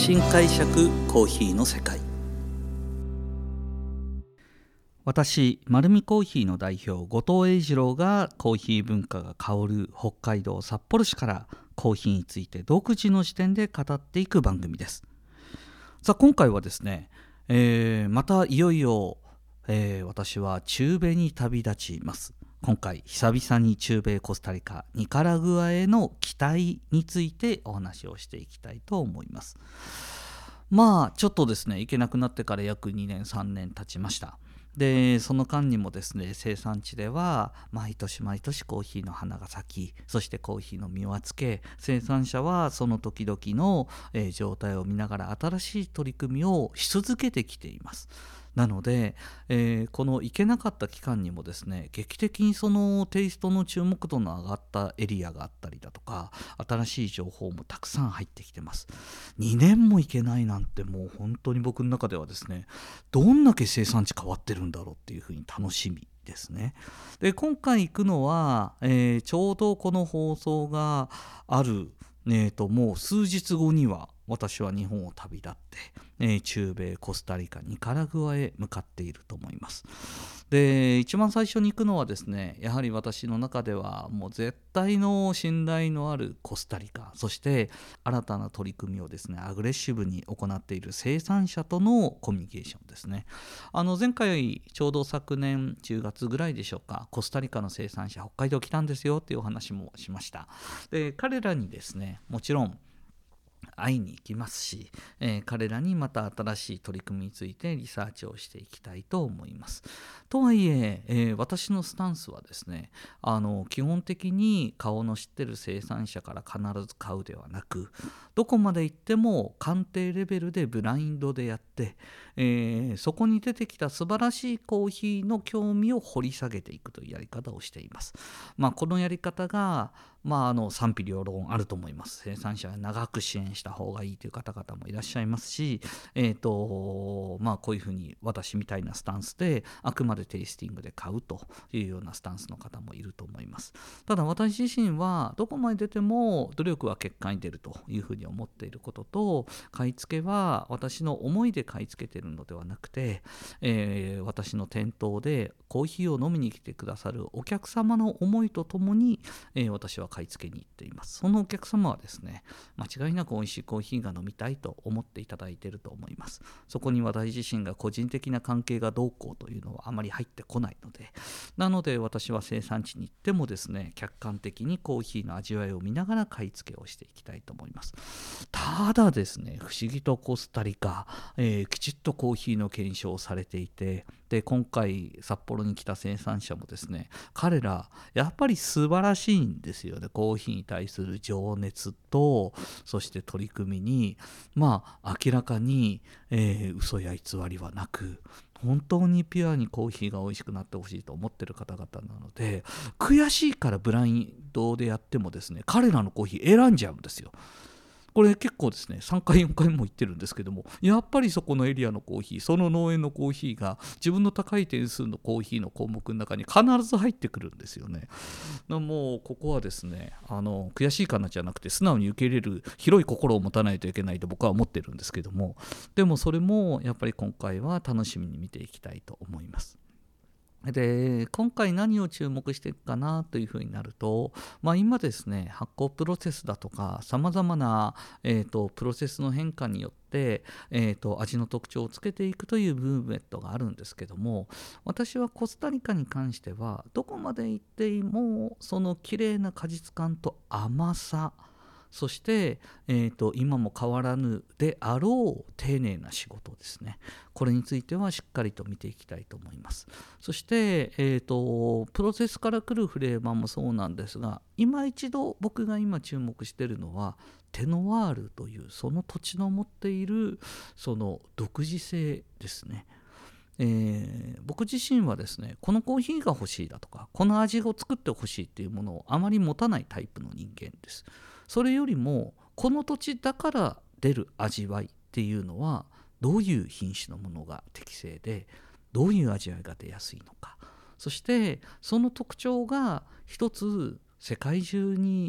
新解釈コーヒーの世界。私丸見コーヒーの代表後藤英二郎がコーヒー文化が香る北海道札幌市からコーヒーについて独自の視点で語っていく番組です。さあ今回はですね、またいよいよ、私は中米に旅立ちます。今回久々に中米コスタリカニカラグアへの期待についてお話をしていきたいと思います。ちょっとですね行けなくなってから約2年3年経ちました。でその間にもですね生産地では毎年毎年コーヒーの花が咲き、そしてコーヒーの実はつけ、生産者はその時々の、状態を見ながら新しい取り組みをし続けてきています。なので、この行けなかった期間にもですね劇的にそのテイストの注目度の上がったエリアがあったりだとか、新しい情報もたくさん入ってきてます。2年も行けないなんてもう本当に僕の中ではですね、どんだけ生産地変わってるんだろうっていうふうに楽しみですね。で今回行くのは、ちょうどこの放送がある、もう数日後には私は日本を旅立って、中米コスタリカニカラグアへ向かっていると思います。で一番最初に行くのはですね、やはり私の中ではもう絶対の信頼のあるコスタリカ、そして新たな取り組みをですねアグレッシブに行っている生産者とのコミュニケーションですね。前回ちょうど昨年10月ぐらいでしょうか、コスタリカの生産者北海道来たんですよっていうお話もしました。で彼らにですねもちろん会いに行きますし、彼らにまた新しい取り組みについてリサーチをしていきたいと思います。とはいえ、私のスタンスはですね、基本的に顔の知ってる生産者から必ず買うではなく、どこまで行っても鑑定レベルでブラインドでやって、そこに出てきた素晴らしいコーヒーの興味を掘り下げていくというやり方をしています。このやり方が賛否両論あると思います。生産者は長く支援した方がいいという方々もいらっしゃいますし、こういうふうに私みたいなスタンスであくまでテイスティングで買うというようなスタンスの方もいると思います。ただ私自身はどこまで出ても努力は結果に出るというふうに思っていることと、買い付けは私の思いで買い付けているのではなくて、私の店頭でコーヒーを飲みに来てくださるお客様の思いとともに、私は買い付けに行っています。そのお客様はですね、間違いなく美味しいコーヒーが飲みたいと思っていただいていると思います。そこに私自身が個人的な関係がどうこうというのはあまり入ってこないので、なので私は生産地に行ってもですね、客観的にコーヒーの味わいを見ながら買い付けをしていきたいと思います。ただですね、不思議とコスタリカ、きちっとコーヒーの検証をされていて、で今回札幌に来た生産者もですね、彼らやっぱり素晴らしいんですよね。コーヒーに対する情熱と、そして取り組みに明らかに、嘘や偽りはなく、本当にピュアにコーヒーが美味しくなってほしいと思ってる方々なので、悔しいからブラインドでやってもですね、彼らのコーヒー選んじゃうんですよ。これ結構ですね3回4回も言ってるんですけども、やっぱりそこのエリアのコーヒー、その農園のコーヒーが自分の高い点数のコーヒーの項目の中に必ず入ってくるんですよね。もうここはですね、悔しいかなじゃなくて素直に受け入れる広い心を持たないといけないと僕は思ってるんですけども、でもそれもやっぱり今回は楽しみに見ていきたいと思います。で今回何を注目していくかなというふうになると、今ですね発酵プロセスだとかさまざまな、プロセスの変化によって、味の特徴をつけていくというムーブメントがあるんですけども、私はコスタリカに関してはどこまで行ってもその綺麗な果実感と甘さ、そして、今も変わらぬであろう丁寧な仕事ですね、これについてはしっかりと見ていきたいと思います。そして、プロセスから来るフレーバーもそうなんですが、今一度僕が今注目しているのはテノワールというその土地の持っているその独自性ですね。僕自身はですね、このコーヒーが欲しいだとかこの味を作って欲しいっていうものをあまり持たないタイプの人間です。それよりもこの土地だから出る味わいっていうのはどういう品種のものが適正でどういう味わいが出やすいのか、そしてその特徴が一つ世界中に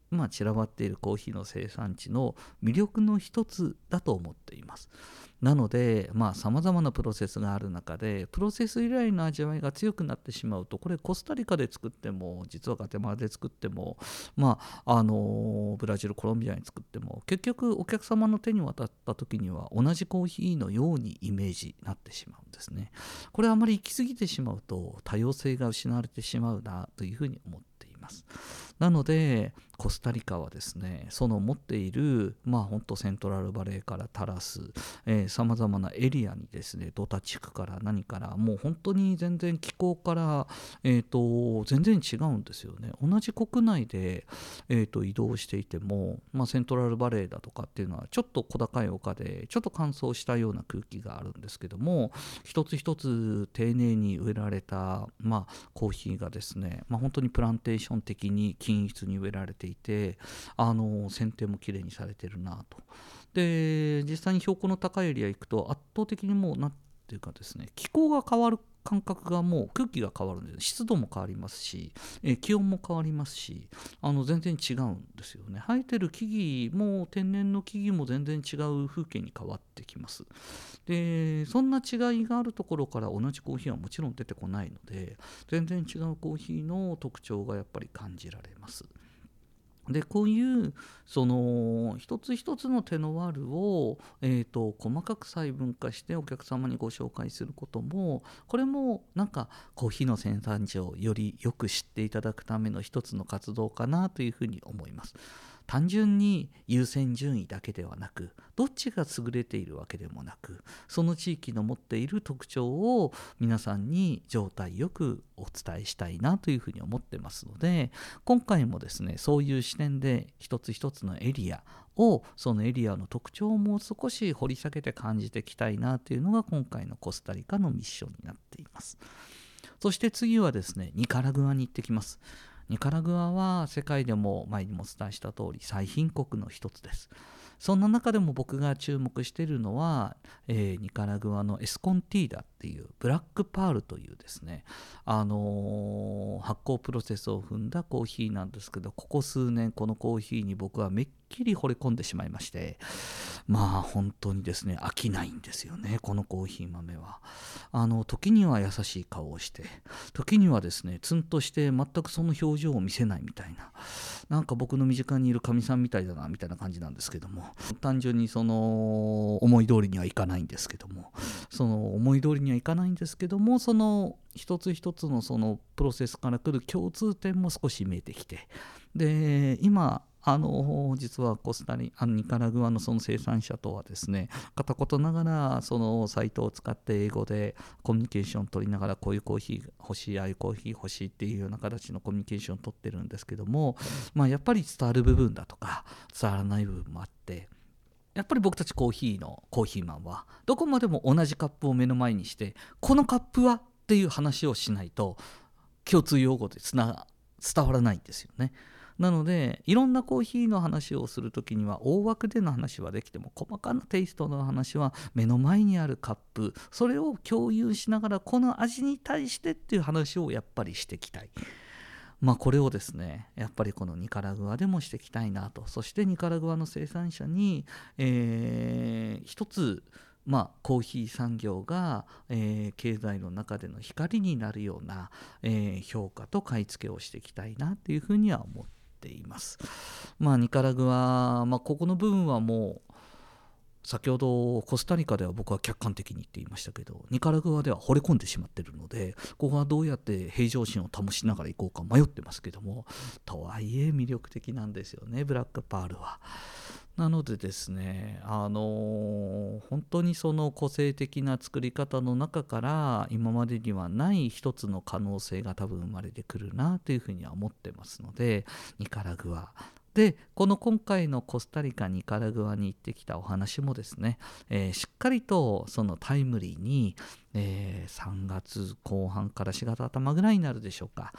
散らばっているコーヒーの生産地の魅力の一つだと思っています。なのでさまざまなプロセスがある中でプロセス由来の味わいが強くなってしまうと、これコスタリカで作っても実はガテマラで作ってもブラジルコロンビアに作っても結局お客様の手に渡った時には同じコーヒーのようにイメージになってしまうんですね。これあまり行き過ぎてしまうと多様性が失われてしまうなというふうに思っています。なのでコスタリカはですね、その持っている本当セントラルバレーからタラスさまざまなエリアにですね、ドタ地区から何からもう本当に全然気候から、全然違うんですよね。同じ国内で、移動していても、セントラルバレーだとかっていうのはちょっと小高い丘でちょっと乾燥したような空気があるんですけども、一つ一つ丁寧に植えられた、コーヒーがですね、本当にプランテーション的に均一に植えられていて、剪定もきれいにされてるなと。で実際に標高の高いエリア行くと圧倒的にもうなんていうかですね、気候が変わる感覚がもう空気が変わるんで湿度も変わりますし、気温も変わりますし、全然違うんですよね。生えてる木々も天然の木々も全然違う風景に変わってきます。でそんな違いがあるところから同じコーヒーはもちろん出てこないので、全然違うコーヒーの特徴がやっぱり感じられます。でこういうその一つ一つの手のワルを、細かく細分化してお客様にご紹介することも、これもなんかコーヒーの生産地をよりよく知っていただくための一つの活動かなというふうに思います。単純に優先順位だけではなく、どっちが優れているわけでもなく、その地域の持っている特徴を皆さんに状態よくお伝えしたいなというふうに思ってますので、今回もですね、そういう視点で一つ一つのエリアを、そのエリアの特徴をもう少し掘り下げて感じていきたいなというのが今回のコスタリカのミッションになっています。そして次はですね、ニカラグアに行ってきます。ニカラグアは世界でも前にもお伝えした通り最貧国の一つです。そんな中でも僕が注目しているのは、ニカラグアのエスコンティーダっていうブラックパールというですね、発酵プロセスを踏んだコーヒーなんですけど、ここ数年このコーヒーに僕はめっきり惚れ込んでしまいまして、本当にですね飽きないんですよね、このコーヒー豆は。時には優しい顔をして、時にはですねツンとして全くその表情を見せないみたいな、なんか僕の身近にいるかみさんみたいだなみたいな感じなんですけども、単純にその思い通りにはいかないんですけども、その思い通りにはいかないんですけども、その一つ一つのそのプロセスから来る共通点も少し見えてきて、で今実はニカラグアのその生産者とはですね、片言ながらそのサイトを使って英語でコミュニケーションを取りながら、こういうコーヒー欲しい、ああいうコーヒー欲しいっていうような形のコミュニケーションを取ってるんですけども、やっぱり伝わる部分だとか伝わらない部分もあって、やっぱり僕たちコーヒーマンはどこまでも同じカップを目の前にして、このカップはっていう話をしないと共通用語で伝わらないんですよね。なのでいろんなコーヒーの話をするときには大枠での話はできても、細かなテイストの話は目の前にあるカップ、それを共有しながらこの味に対してっていう話をやっぱりしていきたい。これをですねやっぱりこのニカラグアでもしていきたいなと。そしてニカラグアの生産者に、一つコーヒー産業が、経済の中での光になるような、評価と買い付けをしていきたいなというふうには思っています。ニカラグア、ここの部分はもう先ほどコスタリカでは僕は客観的に言っていましたけど、ニカラグアでは惚れ込んでしまっているので、ここはどうやって平常心を保ちながらいこうか迷ってますけども、とはいえ魅力的なんですよね、ブラックパールは。なのでですね、本当にその個性的な作り方の中から今までにはない一つの可能性が多分生まれてくるなというふうには思ってますので、ニカラグアでこの今回のコスタリカニカラグアに行ってきたお話もですね、しっかりとそのタイムリーに、3月後半から4月頭ぐらいになるでしょうか、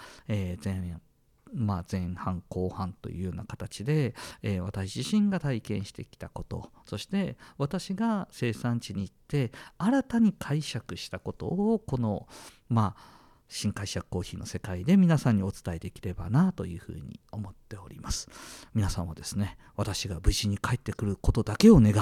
前半後半というような形で、私自身が体験してきたこと、そして私が生産地に行って新たに解釈したことをこの新解釈コーヒーの世界で皆さんにお伝えできればなというふうに思っております。皆さんはですね、私が無事に帰ってくることだけを願って、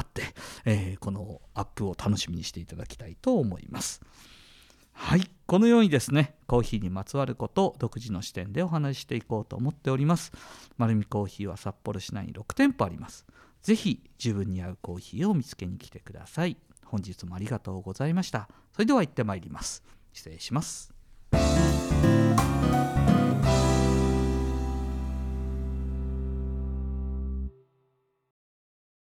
このアップを楽しみにしていただきたいと思います。はい、このようにですね、コーヒーにまつわることを独自の視点でお話ししていこうと思っております。丸見コーヒーは札幌市内に6店舗あります。ぜひ自分に合うコーヒーを見つけに来てください。本日もありがとうございました。それでは行ってまいります。失礼します。